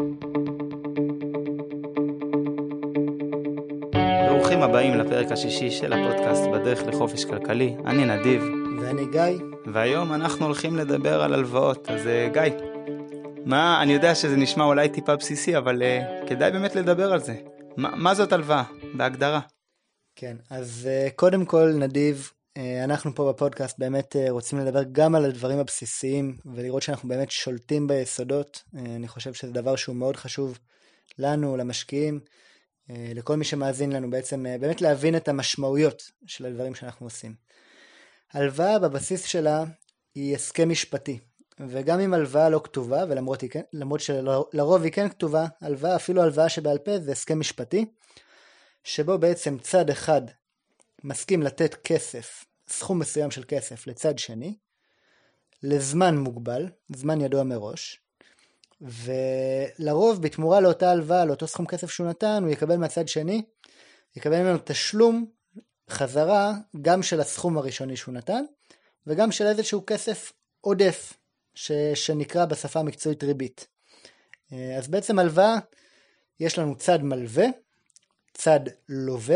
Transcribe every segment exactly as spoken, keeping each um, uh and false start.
ברוכים הבאים לפרק השישי של הפודקאסט בדרך לחופש כלכלי. אני נדיב. ואני גיא. והיום אנחנו הולכים לדבר על הלוואות. אז גיא, מה, אני יודע שזה נשמע אולי טיפה בסיסי, אבל uh, כדאי באמת לדבר על זה. מה, מה זאת הלוואה בהגדרה? כן, אז uh, קודם כל נדיב, uh, אנחנו פה בפודקאסט באמת uh, רוצים לדבר גם על הדברים הבסיסיים, ולראות שאנחנו באמת שולטים ביסודות. Uh, אני חושב שזה דבר שהוא מאוד חשוב לנו, למשקיעים, uh, לכל מי שמאזין לנו בעצם, uh, באמת להבין את המשמעויות של הדברים שאנחנו עושים. הלוואה בבסיס שלה היא הסכם משפטי. וגם אם הלוואה לא כתובה, ולמרות היא כן, למרות שלרוב היא כן כתובה, הלוואה, אפילו הלוואה שבעל פה, זה הסכם משפטי, שבו בעצם צד אחד מסכים לתת כסף, סכום מסוים של כסף לצד שני, לזמן מוגבל, זמן ידוע מראש, ולרוב בתמורה לאותה הלוואה, לאותו סכום כסף שהוא נתן, הוא יקבל מהצד שני, יקבל ממנו תשלום חזרה, גם של הסכום הראשוני שהוא נתן, וגם של איזשהו כסף עודף, ש, שנקרא בשפה המקצועית ריבית. אז בעצם הלוואה, יש לנו צד מלווה, צד לווה,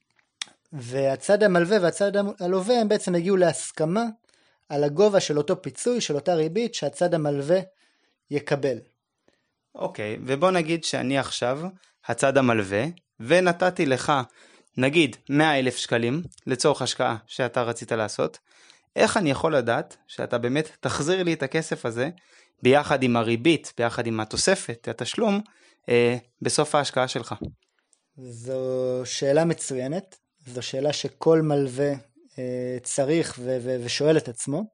והצד המלווה והצד הלווה הם בעצם הגיעו להסכמה על הגובה של אותו פיצוי, של אותה ריבית שהצד המלווה יקבל. אוקיי, ובוא נגיד שאני עכשיו הצד המלווה, ונתתי לך נגיד מאה אלף שקלים לצורך השקעה שאתה רצית לעשות. איך אני יכול לדעת שאתה באמת תחזיר לי את הכסף הזה ביחד עם הריבית, ביחד עם התוספת, התשלום, אה, בסוף ההשקעה שלך? זו שאלה מצוינת, זו שאלה שכל מלווה אה, צריך ו- ו- ושואל את עצמו,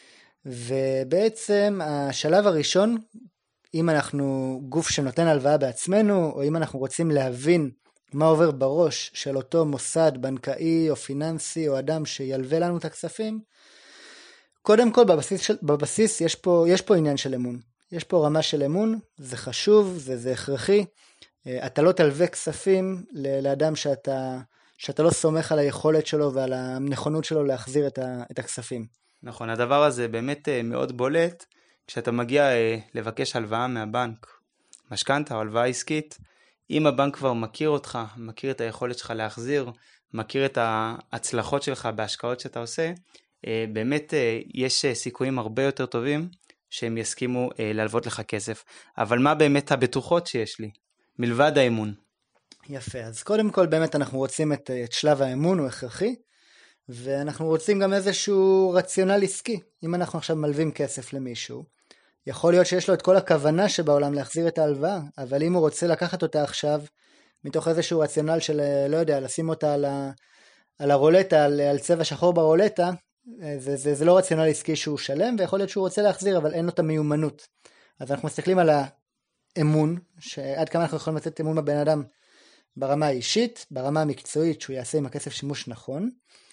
ובעצם השלב הראשון, אם אנחנו גוף שנותן הלוואה בעצמנו, או אם אנחנו רוצים להבין מה עובר בראש של אותו מוסד בנקאי או פיננסי או אדם שילווה לנו את הכספים, קודם כל בבסיס, של, בבסיס יש פה, יש פה עניין של אמון. יש פה רמה של אמון, זה חשוב, זה, זה הכרחי. אתה לא תלווה כספים לאדם שאתה, שאתה לא סומך על היכולת שלו ועל הנכונות שלו להחזיר את, ה, את הכספים. נכון, הדבר הזה באמת מאוד בולט כשאתה מגיע לבקש הלוואה מהבנק, משכנתא או הלוואה עסקית. אם הבנק כבר מכיר אותך, מכיר את היכולת שלך להחזיר, מכיר את ההצלחות שלך בהשקעות שאתה עושה, באמת יש סיכויים הרבה יותר טובים שהם יסכימו להלוות לך כסף. אבל מה באמת הבטוחות שיש לי? מלבד האמון. יפה, אז קודם כל באמת אנחנו רוצים את, את שלב האמון, הוא הכרחי, ואנחנו רוצים גם איזשהו רציונל עסקי. אם אנחנו עכשיו מלווים כסף למישהו, יכול להיות שיש לו את כל הכוונה שבעולם להחזיר את ההלוואה, אבל אם הוא רוצה לקחת אותה עכשיו, מתוך איזשהו רציונל של, לא יודע, לשים אותה על, ה, על הרולטה, על, על צבע שחור ברולטה, זה, זה, זה לא רציונל עסקי שהוא שלם, ויכול להיות שהוא רוצה להחזיר, אבל אין לו את המיומנות. אז אנחנו מסתכלים על האמון, שעד כמה אנחנו יכולים לתת אמון בבן אדם, ברמה האישית, ברמה המקצועית, שהוא יעשה עם הכסף שימוש נכון,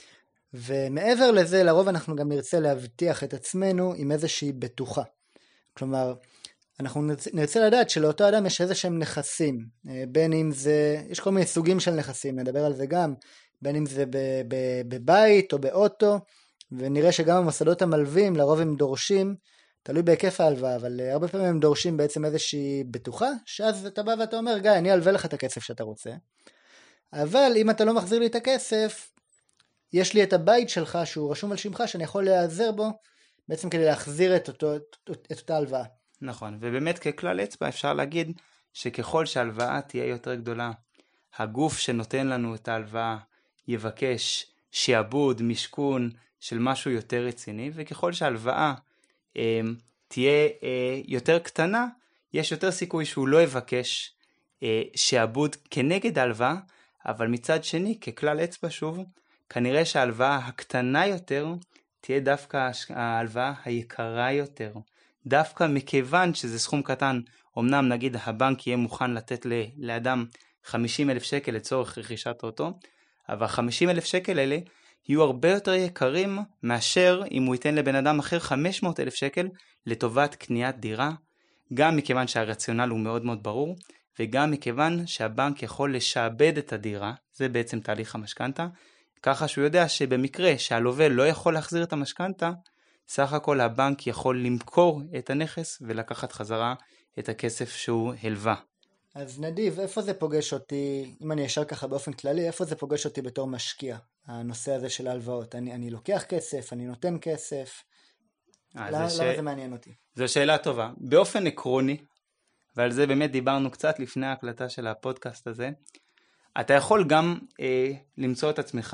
ומעבר לזה, לרוב אנחנו גם נרצה להבטיח את עצמנו עם איזושהי בטוחה. כלומר, אנחנו נרצה לדעת שלאותו אדם יש איזה שהם נכסים, בין אם זה, יש כל מיני סוגים של נכסים, נדבר על זה גם, בין אם זה בבית או באוטו, ונראה שגם המוסדות המלווים, לרוב הם דורשים, תלוי בהיקף ההלוואה, אבל הרבה פעמים הם דורשים בעצם איזושהי בטוחה, שאז אתה בא ואתה אומר, גיא, אני אלווה לך את הכסף שאתה רוצה, אבל אם אתה לא מחזיר לי את הכסף, יש לי את הבית שלך שהוא רשום על שמך, שאני יכול להיעזר בו, בעצם כדי להחזיר את, אותו, את אותה הלוואה. נכון, ובאמת ככלל אצבע אפשר להגיד, שככל שההלוואה תהיה יותר גדולה, הגוף שנותן לנו את ההלוואה, יבקש שיעבוד, משכון, של משהו יותר רציני, וככל שההלוואה אה, תהיה אה, יותר קטנה, יש יותר סיכוי שהוא לא יבקש אה, שיעבוד כנגד ההלוואה, אבל מצד שני, ככלל אצבע שוב, כנראה שההלוואה הקטנה יותר, תהיה דווקא ההלוואה היקרה יותר. דווקא מכיוון שזה סכום קטן, אמנם נגיד הבנק יהיה מוכן לתת לאדם חמישים אלף שקל לצורך רכישת אוטו, אבל חמישים אלף שקל אלה יהיו הרבה יותר יקרים מאשר אם הוא ייתן לבן אדם אחר חמש מאות אלף שקל לטובת קניית דירה, גם מכיוון שהרציונל הוא מאוד מאוד ברור, וגם מכיוון שהבנק יכול לשעבד את הדירה, זה בעצם תהליך המשכנתא, ככה שהוא יודע שבמקרה שהלווה לא יכול להחזיר את המשכנתא, סך הכל הבנק יכול למכור את הנכס ולקחת חזרה את הכסף שהוא הלווה. אז נדיב, איפה זה פוגש אותי, אם אני ישר ככה באופן כללי, איפה זה פוגש אותי בתור משקיע, הנושא הזה של ההלוואות? אני, אני לוקח כסף, אני נותן כסף, למה ש... זה מעניין אותי? זו שאלה טובה. באופן עקרוני, ועל זה באמת דיברנו קצת לפני ההקלטה של הפודקאסט הזה, אתה יכול גם אה, למצוא את עצמך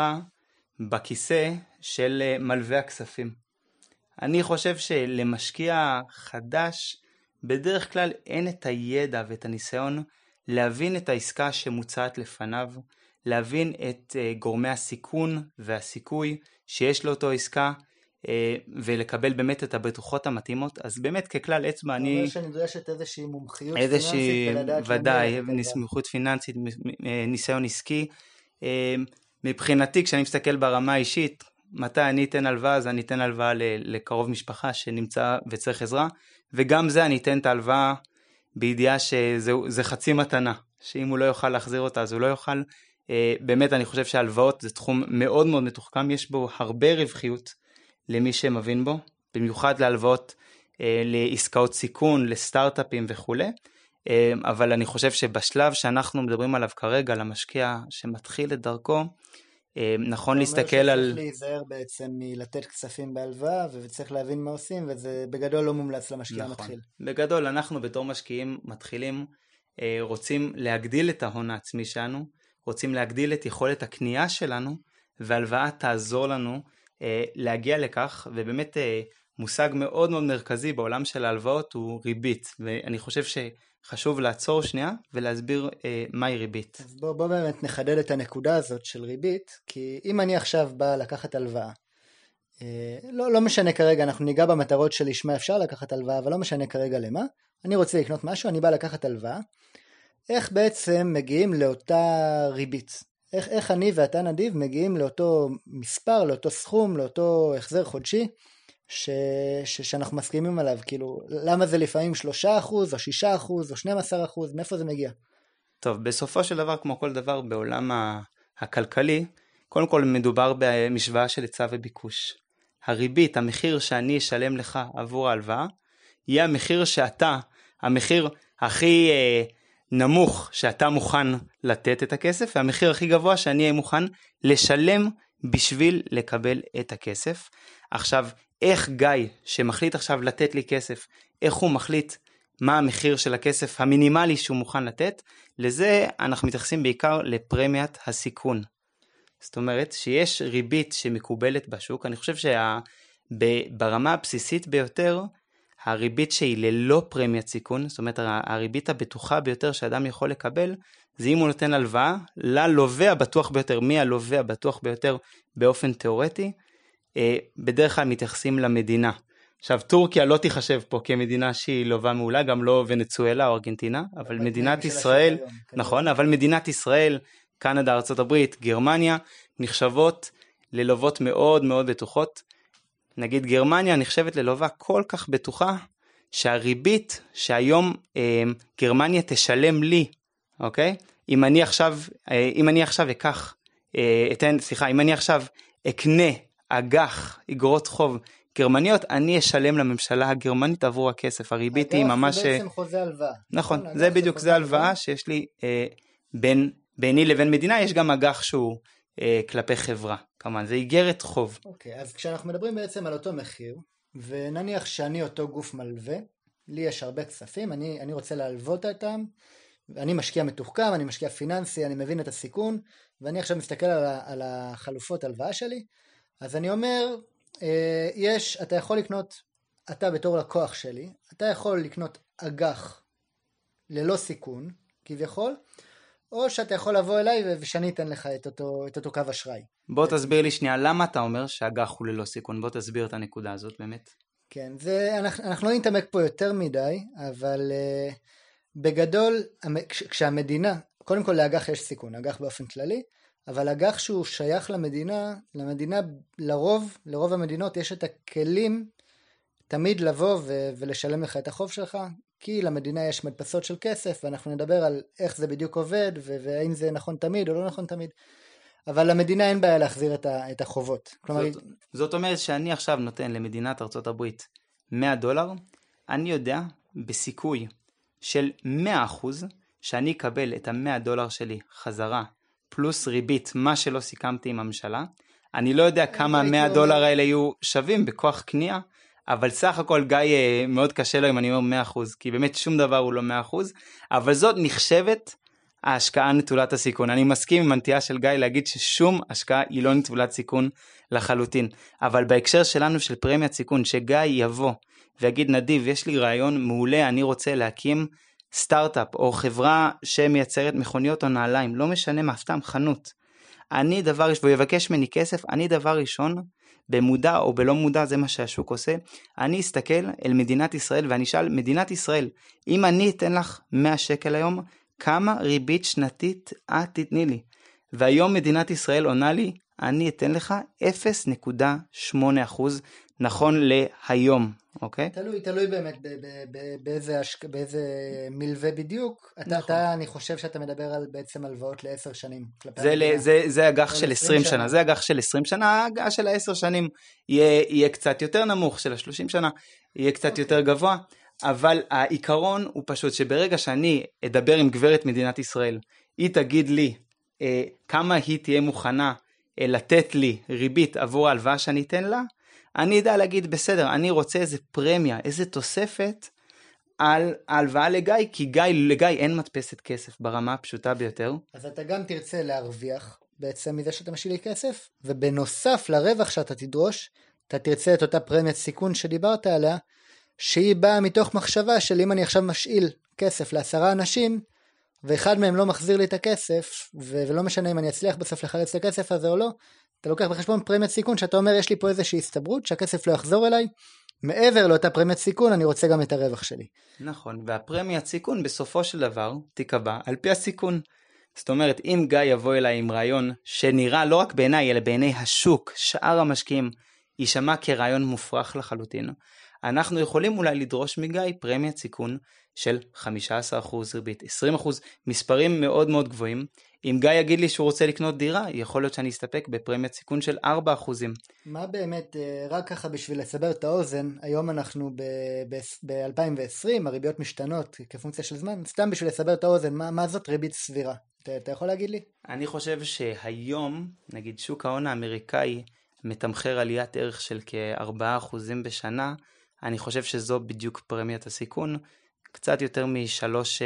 בכיסא של אה, מלווה הכספים. אני חושב שלמשקיע חדש, בדרך כלל אין את הידע ואת הניסיון להבין את העסקה שמוצעת לפניו, להבין את uh, גורמי הסיכון והסיכוי שיש לאותו עסקה, uh, ולקבל באמת את הבטוחות המתאימות. אז באמת ככלל אצבע אני... זאת אומרת שנדרשת איזושהי מומחיות איזושהי, פיננסית ולדעת... ודאי, מומחיות פיננסית, ניסיון עסקי. Uh, מבחינתי כשאני מסתכל ברמה האישית, מתי אני אתן הלוואה, אז אני אתן הלוואה לקרוב משפחה שנמצא וצריך עזרה, וגם זה אני אתן את ההלוואה בידיעה שזה חצי מתנה, שאם הוא לא יוכל להחזיר אותה אז הוא לא יוכל. באמת אני חושב שההלוואות זה תחום מאוד מאוד מתוחכם, יש בו הרבה רווחיות למי שמבין בו, במיוחד להלוואות לעסקאות סיכון, לסטארט-אפים וכו'. אבל אני חושב שבשלב שאנחנו מדברים עליו כרגע, למשקיע שמתחיל את דרכו, נכון להסתכל על... צריך להיזהר בעצם מלתת כספים בהלוואה, וצריך להבין מה עושים, וזה בגדול לא מומלץ למשקיע נכון. המתחיל. בגדול אנחנו בתור משקיעים מתחילים, רוצים להגדיל את ההון העצמי שלנו, רוצים להגדיל את יכולת הקנייה שלנו, והלוואה תעזור לנו להגיע לכך, ובאמת מושג מאוד מאוד מרכזי בעולם של ההלוואות הוא ריבית, ואני חושב שחשוב לעצור שנייה ולהסביר אה, מהי ריבית. אז בוא, בוא באמת נחדד את הנקודה הזאת של ריבית, כי אם אני עכשיו בא לקחת הלוואה, אה, לא, לא משנה כרגע, אנחנו ניגע במטרות של לשמה אפשר לקחת הלוואה, אבל לא משנה כרגע למה, אני רוצה לקנות משהו, אני בא לקחת הלוואה, איך בעצם מגיעים לאותה ריבית? איך, איך אני ואתה נדיב מגיעים לאותו מספר, לאותו סכום, לאותו החזר חודשי, ש... ש... שאנחנו מסכימים עליו, כאילו, למה זה לפעמים שלושה אחוז, או שישה אחוז, או שנים עשר אחוז, מאיפה זה מגיע? טוב, בסופו של דבר, כמו כל דבר בעולם הכלכלי, קודם כל מדובר במשוואה של היצע וביקוש. הריבית, המחיר שאני אשלם לך עבור ההלוואה, יהיה המחיר שאתה, המחיר הכי אה, נמוך שאתה מוכן לתת את הכסף, והמחיר הכי גבוה שאני אהיה מוכן לשלם בשביל לקבל את הכסף. עכשיו, איך גיא שמחליט עכשיו לתת לי כסף, איך הוא מחליט מה המחיר של הכסף המינימלי שהוא מוכן לתת? לזה אנחנו מתייחסים בעיקר לפרמיית הסיכון. זאת אומרת שיש ריבית שמקובלת בשוק, אני חושב שברמה הבסיסית ביותר, הריבית שהיא ללא פרמיית סיכון, זאת אומרת הריבית הבטוחה ביותר שאדם יכול לקבל, זה אם הוא נותן הלוואה ללווה הבטוח ביותר. מי הלווה הבטוח ביותר באופן תיאורטי? בדרך כלל מתייחסים למדינה. עכשיו טורקיה לא תיחשב פה כמדינה שהיא לווה מעולה, גם לא ונצואלה או ארגנטינה, אבל מדינת ישראל, נכון, אבל מדינת ישראל, קנדה, ארצות הברית, גרמניה, נחשבות ללוות מאוד מאוד בטוחות. נגיד גרמניה נחשבת ללווה כל כך בטוחה, שהריבית שהיום אה, גרמניה תשלם לי, אוקיי? אם אני עכשיו, אה, אם אני עכשיו אקח, אה, אתן, סליחה, אם אני עכשיו אקנה אג"ח, אגרות חוב גרמניות, אני אשלם לממשלה הגרמנית עבור הכסף. הריבית היא ממש... אג"ח זה בעצם חוזה הלוואה. נכון, זה בדיוק, זה הלוואה שיש לי אה, בין, ביני לבין מדינה, יש גם אג"ח שהוא אה, כלפי חברה. כמובן, זה איגרת חוב. אוקיי, אז כשאנחנו מדברים בעצם על אותו מחיר, ונניח שאני אותו גוף מלווה, לי יש הרבה כספים, אני, אני רוצה להלוות אותם, אני משקיע מתוחכם, אני משקיע פיננסי, אני מבין את הסיכון, ואני עכשיו מסתכל על, על החלופות הלוואה שלי, אז אני אומר, יש, אתה יכול לקנות, אתה בתור לקוח שלי, אתה יכול לקנות אג"ח ללא סיכון, כביכול, או שאתה יכול לבוא אליי ושאני אתן לך את אותו, את אותו קו אשראי. בוא תסביר לי שנייה, למה אתה אומר שאג"ח הוא ללא סיכון? בוא תסביר את הנקודה הזאת באמת. כן, זה, אנחנו, אנחנו לא נתעמק פה יותר מדי, אבל uh, בגדול, כשהמדינה, קודם כל לאג"ח יש סיכון, אג"ח באופן כללי, אבל אג"ח שהוא שייך למדינה, למדינה לרוב, לרוב המדינות יש את הכלים תמיד לבוא ו- ולשלם לך את החוב שלך, כי למדינה יש מדפסות של כסף, ואנחנו נדבר על איך זה בדיוק עובד, ו- והאם זה נכון תמיד או לא נכון תמיד, אבל למדינה אין בעיה להחזיר את, ה- את החובות. כלומר, זאת, זאת אומרת שאני עכשיו נותן למדינת ארצות הברית מאה דולר, אני יודע בסיכוי של מאה אחוז, שאני אקבל את ה-מאה דולר שלי חזרה, פלוס ריבית, מה שלא סיכמתי עם הממשלה. אני לא יודע כמה מאה דולר האלה יהיו שווים בכוח קנייה, אבל סך הכל גיא מאוד קשה לו אם אני אומר מאה אחוז, כי באמת שום דבר הוא לא מאה אחוז, אבל זאת נחשבת ההשקעה נטולת הסיכון. אני מסכים עם הנטייה של גיא להגיד ששום השקעה היא לא נטולת סיכון לחלוטין, אבל בהקשר שלנו של פרמיית סיכון, שגיא יבוא ויגיד, נדיב, יש לי רעיון מעולה, אני רוצה להקים סטארט-אפ או חברה שמייצרת מכוניות או נעליים, לא משנה מה, סתם חנות. אני דבר, והוא יבקש ממני כסף, אני דבר ראשון, במודע או בלא מודע, זה מה שהשוק עושה, אני אסתכל אל מדינת ישראל ואני אשאל, מדינת ישראל, אם אני אתן לך מאה שקל היום, כמה ריבית שנתית את תתני לי? והיום מדינת ישראל עונה לי, אני אתן לך אפס נקודה שמונה אחוז נכון להיום, אוקיי? תלוי, תלוי באמת באיזה, באיזה מלווה בדיוק. אתה, אתה, אני חושב שאתה מדבר על בעצם הלוואות לעשר שנים. זה, זה, זה אגח של עשרים שנה, זה אגח של עשרים שנה, ההגעה של העשר שנים יהיה, יהיה קצת יותר נמוך, של ה-שלושים שנה יהיה קצת יותר גבוה, אבל העיקרון הוא פשוט שברגע שאני אדבר עם גברת מדינת ישראל, היא תגיד לי אה, כמה היא תהיה מוכנה אה, לתת לי ריבית עבור ההלוואה שאני אתן לה, אני אדע להגיד בסדר, אני רוצה איזה פרמיה, איזה תוספת על ההלוואה לגיא, כי גיא, לגיא אין מדפסת כסף ברמה הפשוטה ביותר. אז אתה גם תרצה להרוויח בעצם מזה שאתה משאיר לי כסף, ובנוסף לרווח שאתה תדרוש, אתה תרצה את אותה פרמיית סיכון שדיברת עליה, שהיא באה מתוך מחשבה של אם אני עכשיו משאיל כסף לעשרה אנשים, ואחד מהם לא מחזיר לי את הכסף, ו- ולא משנה אם אני אצליח בסוף לחלץ את הכסף הזה או לא, אתה לוקח בחשבון פרמיית סיכון, שאתה אומר יש לי פה איזושהי הסתברות, שהכסף לא יחזור אליי, מעבר לאותה פרמיית סיכון, אני רוצה גם את הרווח שלי. נכון, והפרמיית סיכון בסופו של דבר תיקבע על פי הסיכון. זאת אומרת, אם גיא יבוא אליי עם רעיון שנראה לא רק בעיניי, אלא בעיני השוק, שאר המשקיעים, יישמע כרעיון מופרך לחלוטין, אנחנו יכולים אולי לדרוש מגיא פרמיית סיכון של חמישה עשר אחוז ריבית, עשרים אחוז, מספרים מאוד מאוד גבוהים. אם גיא יגיד לי שהוא רוצה לקנות דירה, יכול להיות שאני אסתפק בפרמיית סיכון של ארבעה אחוזים. מה באמת, רק ככה בשביל לסבר את האוזן, היום אנחנו ב-אלפיים ועשרים, הריביות משתנות כפונקציה של זמן, סתם בשביל לסבר את האוזן, מה, מה זאת ריבית סבירה? אתה, אתה יכול להגיד לי? אני חושב שהיום, נגיד שוק ההון האמריקאי, מתמחר עליית ערך של כ-ארבעה אחוזים בשנה, אני חושב שזו בדיוק פרמיית הסיכון, קצת יותר משלוש,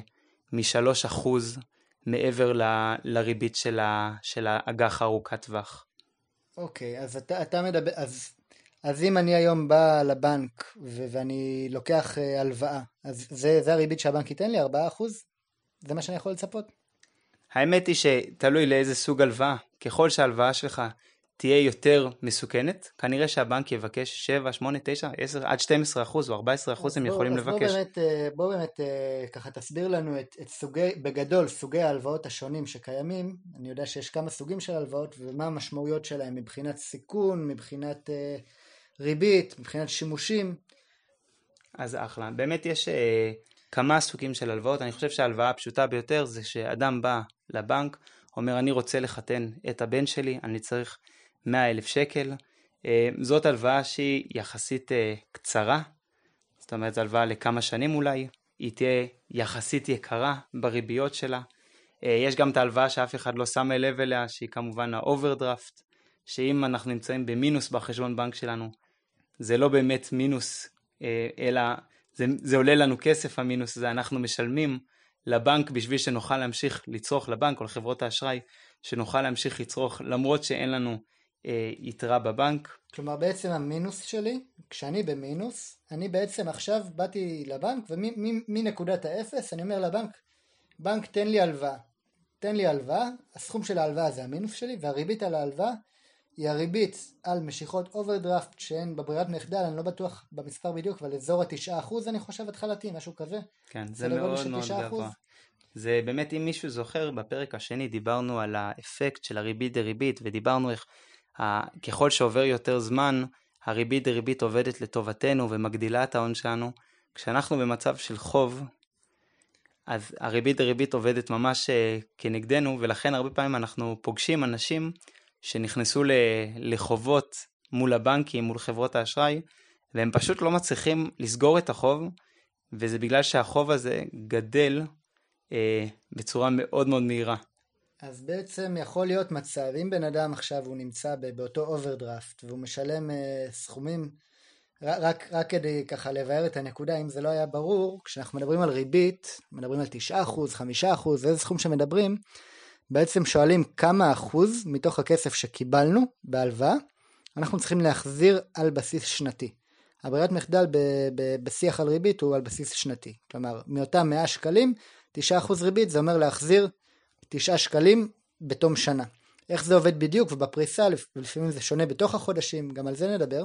משלוש אחוז מעבר ל, לריבית של, ה, של האג"ח ארוכת טווח. אוקיי, אז אתה, אתה מדבר, אז, אז אם אני היום בא לבנק ו- ואני לוקח uh, הלוואה, אז זה, זה הריבית שהבנק ייתן לי, ארבעה אחוז? זה מה שאני יכול לצפות? האמת היא שתלוי לאיזה סוג הלוואה. ככל שההלוואה שלך תהיה יותר מסוכנת, כנראה שהבנק יבקש שבע, שמונה, תשע, עשר, עד שנים עשר אחוז או ארבעה עשר אחוז הם בוא, יכולים אז לבקש. בוא באמת, בוא באמת ככה תסביר לנו את, את סוגי, בגדול, סוגי ההלוואות השונים שקיימים. אני יודע שיש כמה סוגים של הלוואות, ומה המשמעויות שלהם מבחינת סיכון, מבחינת uh, ריבית, מבחינת שימושים. אז אחלה. באמת יש uh, כמה סוגים של הלוואות. אני חושב שההלוואה הפשוטה ביותר זה שאדם בא לבנק, אומר אני רוצה לחתן את הבן שלי, אני צריך מאה אלף שקל. זאת הלוואה שהיא יחסית קצרה, זאת אומרת זו הלוואה לכמה שנים אולי, היא תהיה יחסית יקרה בריביות שלה. יש גם את ההלוואה שאף אחד לא שם לב אליה, שהיא כמובן האוברדרפט, שאם אנחנו נמצאים במינוס בחשבון בנק שלנו, זה לא באמת מינוס, אלא זה, זה עולה לנו כסף המינוס, זה אנחנו משלמים לבנק בשביל שנוכל להמשיך לצרוך לבנק או לחברות האשראי, שנוכל להמשיך לצרוך למרות שאין לנו אה, יתרה בבנק. כלומר בעצם המינוס שלי, כשאני במינוס, אני בעצם עכשיו באתי לבנק ומנקודת האפס אני אומר לבנק, בנק תן לי הלוואה, תן לי הלוואה, הסכום של ההלוואה זה המינוס שלי, והריבית על ההלוואה היא הריבית על משיכות אוברדרפט שהן בברירת מחדל, אני לא בטוח במספר בדיוק, אבל אזור התשעה אחוז אני חושב התחלתי, משהו כזה. כן, זה מאוד מאוד גבוה. זה באמת, אם מישהו זוכר, בפרק השני דיברנו על האפקט של הריבית דריבית, ודיברנו איך ה... ככל שעובר יותר זמן, הריבית דריבית עובדת לטובתנו ומגדילה את ההון שלנו. כשאנחנו במצב של חוב, אז הריבית דריבית עובדת ממש כנגדנו, ולכן הרבה פעמים אנחנו פוגשים אנשים שנכנסו לחובות מול הבנקים, מול חברות האשראי, והם פשוט לא מצליחים לסגור את החוב, וזה בגלל שהחוב הזה גדל אה, בצורה מאוד מאוד מהירה. אז בעצם יכול להיות מצב, אם בן אדם עכשיו הוא נמצא באותו אוברדרפט, והוא משלם אה, סכומים, רק, רק כדי ככה לבאר את הנקודה, אם זה לא היה ברור, כשאנחנו מדברים על ריבית, מדברים על תשעה אחוז, חמישה אחוז, איזה סכום שמדברים, בעצם שואלים כמה אחוז מתוך הכסף שקיבלנו בהלוואה, אנחנו צריכים להחזיר על בסיס שנתי. הברירת מחדל ב- ב- בשיח על ריבית הוא על בסיס שנתי. כלומר, מאותם מאה שקלים, תשעה אחוז ריבית זה אומר להחזיר תשעה שקלים בתום שנה. איך זה עובד בדיוק ובפריסה, לפעמים זה שונה בתוך החודשים, גם על זה נדבר,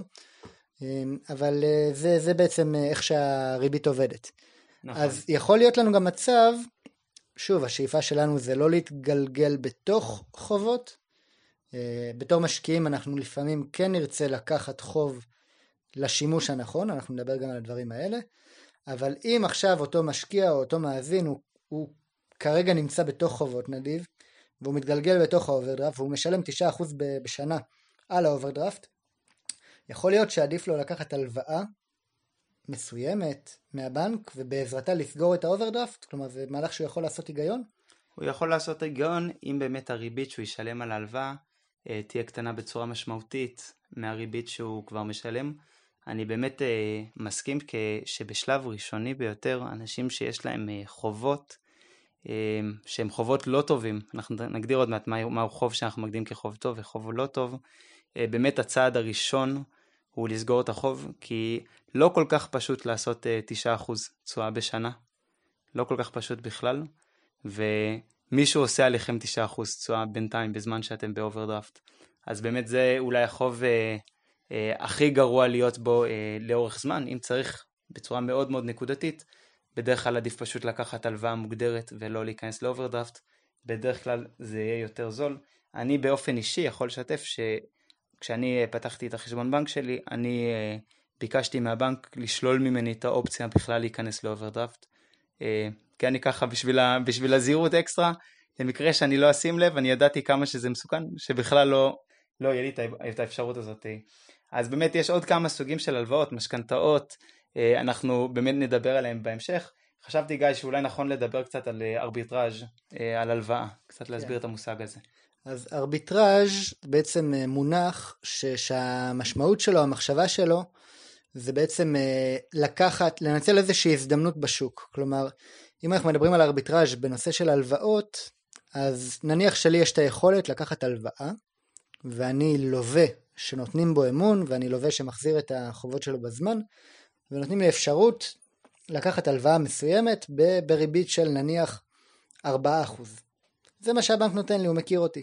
אבל זה, זה בעצם איך שהריבית עובדת. נכון. אז יכול להיות לנו גם מצב, שוב, השאיפה שלנו זה לא להתגלגל בתוך חובות, בתור משקיעים אנחנו לפעמים כן נרצה לקחת חוב לשימוש הנכון, אנחנו נדבר גם על הדברים האלה, אבל אם עכשיו אותו משקיע או אותו מאזין הוא, הוא כרגע נמצא בתוך חובות נדיב, והוא מתגלגל בתוך האוברדרפט, והוא משלם תשעה אחוז בשנה על האוברדרפט, יכול להיות שעדיף לו לקחת הלוואה מסוימת מהבנק, ובעזרתה לסגור את האוברדרפט, כלומר זה מהלך שהוא יכול לעשות היגיון? הוא יכול לעשות היגיון אם באמת הריבית שהוא ישלם על ההלוואה תהיה קטנה בצורה משמעותית מהריבית שהוא כבר משלם. אני באמת אה, מסכים שבשלב ראשוני ביותר, אנשים שיש להם אה, חובות, אה, שהם חובות לא טובים, אנחנו נגדיר עוד מעט מהו, מהו חוב שאנחנו מגדירים כחוב טוב וחוב לא טוב, אה, באמת הצעד הראשון הוא לסגור את החוב, כי לא כל כך פשוט לעשות אה, תשעה אחוז תשואה בשנה, לא כל כך פשוט בכלל, ומישהו עושה עליכם תשעה אחוז תשואה בינתיים בזמן שאתם באוברדרפט, אז באמת זה אולי החוב אה, אה, הכי גרוע להיות בו אה, לאורך זמן, אם צריך בצורה מאוד מאוד נקודתית, בדרך כלל עדיף פשוט לקחת הלוואה מוגדרת ולא להיכנס לאוברדרפט, בדרך כלל זה יהיה יותר זול. אני באופן אישי יכול לשתף שכשאני פתחתי את החשבון בנק שלי, אני אה, ביקשתי מהבנק לשלול ממני את האופציה בכלל להיכנס לאוברדרפט, אה, כי אני ככה בשביל, בשביל הזהירות אקסטרה, למקרה שאני לא אשים לב, אני ידעתי כמה שזה מסוכן, שבכלל לא, לא יהיה לי את האפשרות הזאת. אז באמת יש עוד כמה סוגים של הלוואות, משכנתאות, אנחנו באמת נדבר עליהם בהמשך. חשבתי גיא שאולי נכון לדבר קצת על ארביטראז', על הלוואה, קצת להסביר את המושג הזה. אז ארביטראז' בעצם מונח ש- שהמשמעות שלו, המחשבה שלו, זה בעצם לקחת, לנצל איזושהי הזדמנות בשוק. כלומר, אם אנחנו מדברים על ארביטראז' בנושא של הלוואות, אז נניח שלי יש את היכולת לקחת הלוואה, ואני לווה שנותנים בו אמון, ואני לווה שמחזיר את החובות שלו בזמן, ונותנים לי אפשרות לקחת הלוואה מסוימת בריבית של נניח ארבעה אחוז. זה מה שהבנק נותן לי, הוא מכיר אותי.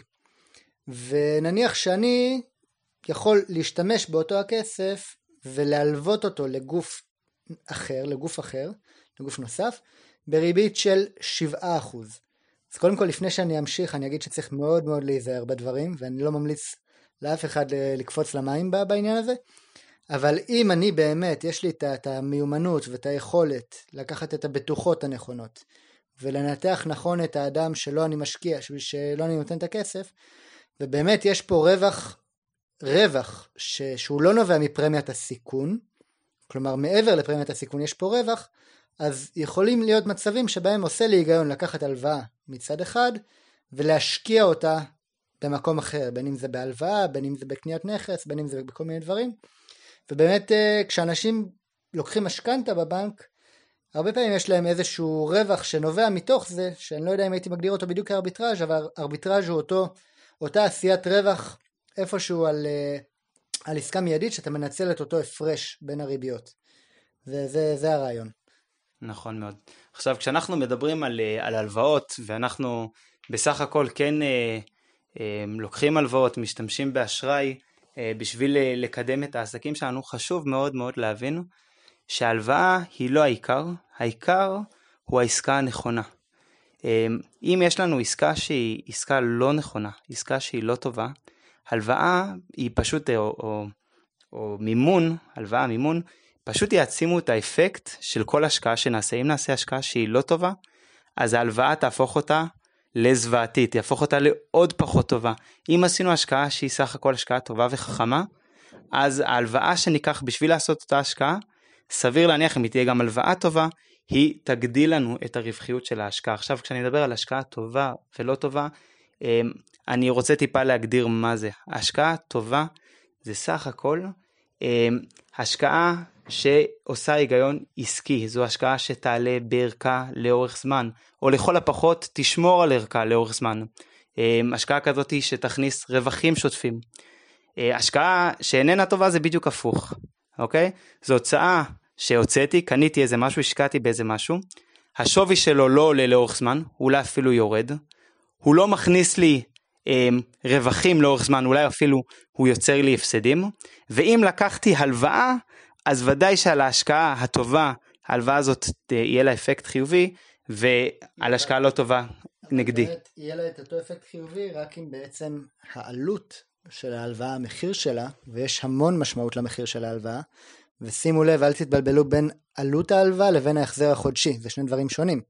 ונניח שאני יכול להשתמש באותו הכסף, ולהלוות אותו לגוף אחר, לגוף אחר, לגוף נוסף, בריבית של שבעה אחוז. אז קודם כל, לפני שאני אמשיך, אני אגיד שצריך מאוד מאוד להיזהר בדברים, ואני לא ממליץ לאף אחד לקפוץ למים בעניין הזה, אבל אם אני באמת, יש לי את המיומנות ואת היכולת לקחת את הבטוחות הנכונות, ולנתח נכון את האדם שלא אני משקיע, שלא אני נותן את הכסף, ובאמת יש פה רווח, רווח ש, שהוא לא נובע מפרמיית הסיכון, כלומר מעבר לפרמיית הסיכון יש פה רווח, אז יכולים להיות מצבים שבהם עושה לי היגיון לקחת הלוואה מצד אחד, ולהשקיע אותה במקום אחר, בין אם זה בהלוואה, בין אם זה בקניית נכס, בין אם זה בכל מיני דברים, ובאמת כשאנשים לוקחים משכנתה בבנק, הרבה פעמים יש להם איזשהו רווח שנובע מתוך זה, שאני לא יודע אם הייתי מגדיר אותו בדיוק כארביטראז', אבל ארביטראז' הוא אותו, אותה עשיית רווח איפשהו על, על עסקה מיידית, שאתה מנצל את אותו הפרש בין הריביות. זה, זה, זה הרעיון. נכון מאוד. עכשיו, כשאנחנו מדברים על, על הלוואות, ואנחנו בסך הכל כן אה, אה, לוקחים הלוואות, משתמשים באשראי, אה, בשביל לקדם את העסקים שלנו, חשוב מאוד מאוד להבין, שההלוואה היא לא העיקר, העיקר הוא העסקה הנכונה. אה, אם יש לנו עסקה שהיא עסקה לא נכונה, עסקה שהיא לא טובה, הלוואה היא פשוט, או, או, או מימון, הלוואה, מימון, פשוט יעצימו את האפקט של כל השקעה שנעשה. אם נעשה השקעה שהיא לא טובה, אז ההלוואה תהפוך אותה לזוועתית, יהפוך אותה לעוד פחות טובה. אם עשינו השקעה שהיא סך הכל השקעה טובה וחכמה, אז ההלוואה שניקח בשביל לעשות אותה השקעה, סביר להניח אם היא תהיה גם הלוואה טובה, היא תגדיל לנו את הרווחיות של ההשקעה. עכשיו כשאני מדבר על השקעה טובה ולא טובה, אני רוצה טיפה להגדיר מה זה. ההשקעה טובה זה סך הכל השקעה שעושה היגיון עסקי, זו השקעה שתעלה בערכה לאורך זמן, או לכל הפחות תשמור על ערכה לאורך זמן. השקעה כזאת היא שתכניס רווחים שוטפים. השקעה שאיננה טובה זה בדיוק הפוך, אוקיי? זו הוצאה שהוצאתי, קניתי איזה משהו, השקעתי באיזה משהו, השווי שלו לא עולה לאורך זמן, אולי אפילו יורד, הוא לא מכניס לי אה, רווחים לאורך זמן, אולי אפילו הוא יוצר לי הפסדים, ואם לקחתי הלוואה, אז ודאי שעל ההשקעה הטובה, ההלוואה הזאת יהיה לה אפקט חיובי, ועל השקעה לא טובה נגדי. יהיה לה את אותו אפקט חיובי, רק אם בעצם העלות של ההלוואה, המחיר שלה, ויש המון משמעות למחיר של ההלוואה, ושימו לב, אל תתבלבלו בין עלות ההלוואה לבין ההחזר החודשי, זה שני דברים שונים.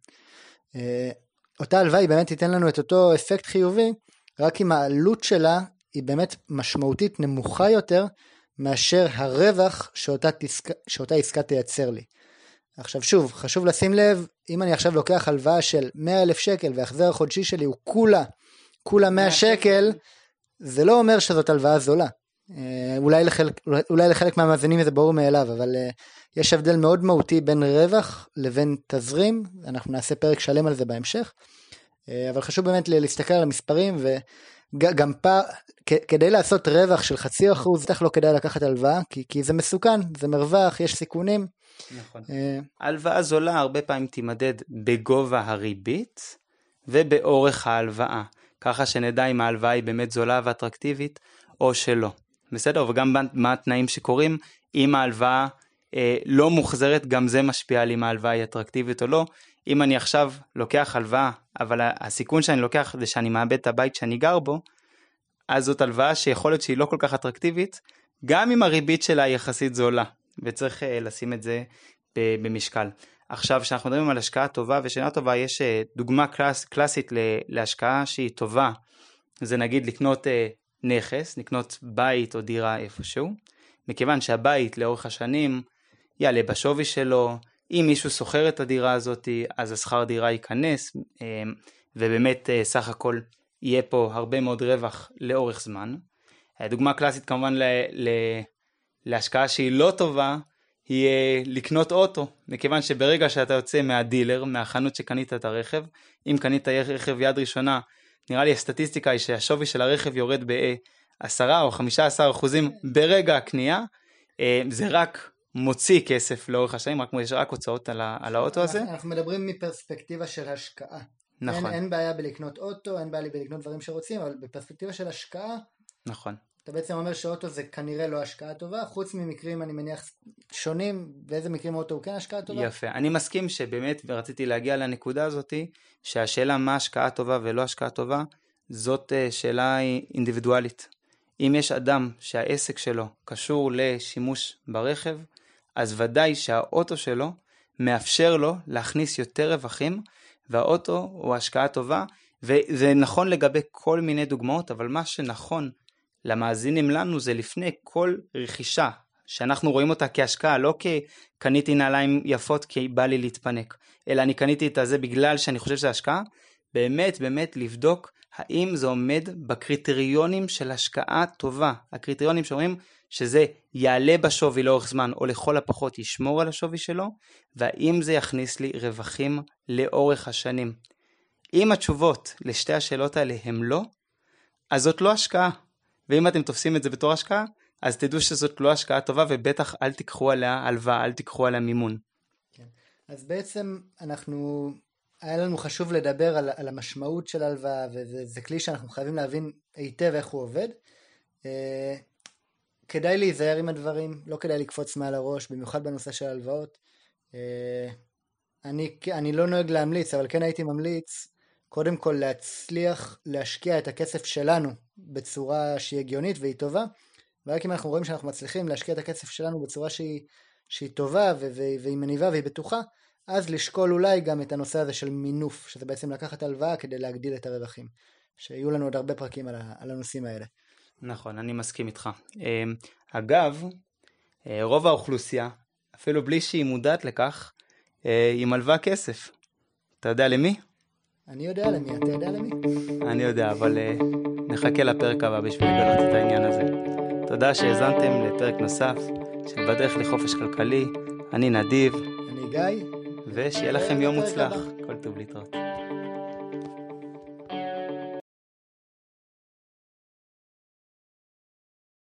אותה הלוואה היא באמת תיתן לנו את אותו אפקט חיובי, רק אם העלות שלה היא באמת משמעותית נמוכה יותר, מאשר הרווח שאותה, תסק... שאותה עסקה תייצר לי. עכשיו שוב, חשוב לשים לב, אם אני עכשיו לוקח הלוואה של מאה אלף שקל, וההחזר החודשי שלי הוא כולה, כולה מאה שקל, זה לא אומר שזאת הלוואה זולה. אולי לחלק, אולי לחלק מהמאזינים זה ברור מאליו, אבל יש הבדל מאוד מהותי בין רווח לבין תזרים, אנחנו נעשה פרק שלם על זה בהמשך, אבל חשוב באמת להסתכל על המספרים, וגם פעם, כדי לעשות רווח של חצי אחוז, בטח לא כדאי לקחת הלוואה, כי, כי זה מסוכן, זה מרווח, יש סיכונים. נכון. הלוואה זולה הרבה פעמים תימדד בגובה הריבית, ובאורך ההלוואה, ככה שנדע אם ההלוואה היא באמת זולה ואטרקטיבית, או שלא. בסדר? וגם מה התנאים שקורים, אם ההלוואה אה, לא מוחזרת, גם זה משפיע על אם ההלוואה היא אטרקטיבית או לא. אם אני עכשיו לוקח הלוואה, אבל הסיכון שאני לוקח זה שאני מאבד את הבית שאני גר בו, אז זאת הלוואה שיכול להיות שהיא לא כל כך אטרקטיבית, גם אם הריבית שלה היא יחסית זולה, וצריך אה, לשים את זה במשקל. עכשיו, כשאנחנו מדברים על השקעה טובה ושאינה טובה, יש אה, דוגמה קלאס, קלאסית להשקעה שהיא טובה, זה נגיד לקנות אה, נכס, לקנות בית או דירה איפשהו, מכיוון שהבית לאורך השנים יעלה בשווי שלו, אם מישהו סוחר את הדירה הזאת, אז השכר דירה ייכנס, ובאמת סך הכל יהיה פה הרבה מאוד רווח לאורך זמן. דוגמה קלאסית כמובן ל- ל- להשקעה שהיא לא טובה, היא לקנות אוטו, מכיוון שברגע שאתה יוצא מהדילר, מהחנות שקנית את הרכב, אם קנית רכב יד ראשונה, נראה לי הסטטיסטיקה היא שהשווי של הרכב יורד ב-עשרה או חמישה עשר אחוזים ברגע הקנייה, זה רק מוציא כסף לאורך השנים, רק יש רק הוצאות על, על האוטו הזה. אנחנו מדברים מפרספקטיבה של השקעה. נכון. אין, אין בעיה בלקנות אוטו, אין בעיה בלקנות דברים שרוצים, אבל בפרספקטיבה של השקעה, נכון. אתה בעצם אומר שאוטו זה כנראה לא השקעה טובה, חוץ ממקרים אני מניח שונים, באיזה מקרים אוטו הוא כן השקעה טובה? יפה, אני מסכים שבאמת, ורציתי להגיע לנקודה הזאת, שהשאלה מה השקעה טובה ולא השקעה טובה, זאת שאלה אינדיבידואלית. אם יש אדם שהעסק שלו קשור לשימוש ברכב, אז ודאי שהאוטו שלו מאפשר לו להכניס יותר רווחים, והאוטו הוא השקעה טובה, וזה נכון לגבי כל מיני דוגמאות, אבל מה שנכון למאזינים לנו זה לפני כל רכישה, שאנחנו רואים אותה כהשקעה, לא כקניתי נעליים יפות כי בא לי להתפנק, אלא אני קניתי את זה בגלל שאני חושב שזה השקעה, באמת באמת לבדוק האם זה עומד בקריטריונים של השקעה טובה, הקריטריונים שאומרים שזה יעלה בשווי לאורך זמן, או לכל הפחות ישמור על השווי שלו, והאם זה יכניס לי רווחים לאורך השנים. אם התשובות לשתי השאלות האלה הם לא, אז זאת לא השקעה, ואם אתם תופסים את זה בתור השקעה, אז תדעו שזאת לא השקעה טובה, ובטח אל תיקחו עליה הלוואה, אל תיקחו עליה מימון. כן. אז בעצם אנחנו, היה לנו חשוב לדבר על, על המשמעות של הלוואה, וזה כלי שאנחנו חייבים להבין היטב איך הוא עובד. אה, כדאי להיזהר עם הדברים, לא כדאי לקפוץ מעל הראש, במיוחד בנושא של הלוואות. אה, אני, אני לא נוהג להמליץ, אבל כן הייתי ממליץ, קודם כל להצליח להשקיע את הכסף שלנו בצורה שהיא הגיונית והיא טובה, ורק אם אנחנו רואים שאנחנו מצליחים להשקיע את הכסף שלנו בצורה שהיא, שהיא טובה והיא מניבה והיא בטוחה, אז לשקול אולי גם את הנושא הזה של מינוף, שזה בעצם לקחת הלוואה כדי להגדיל את הרווחים, שיהיו לנו עוד הרבה פרקים על הנושאים האלה. נכון, אני מסכים איתך. אגב, רוב האוכלוסייה, אפילו בלי שהיא מודעת לכך, אה, היא מלווה כסף. אתה יודע למי? אני יודע למי, אתה יודע למי? אני יודע, אבל אה, נחכה לפרק הבא בשביל לגלות את העניין הזה. תודה שהאזנתם לפרק נוסף של בדרך לחופש כלכלי. אני נדיב. אני גיא. ושיהיה לכם יום מוצלח. כל טוב להתראות.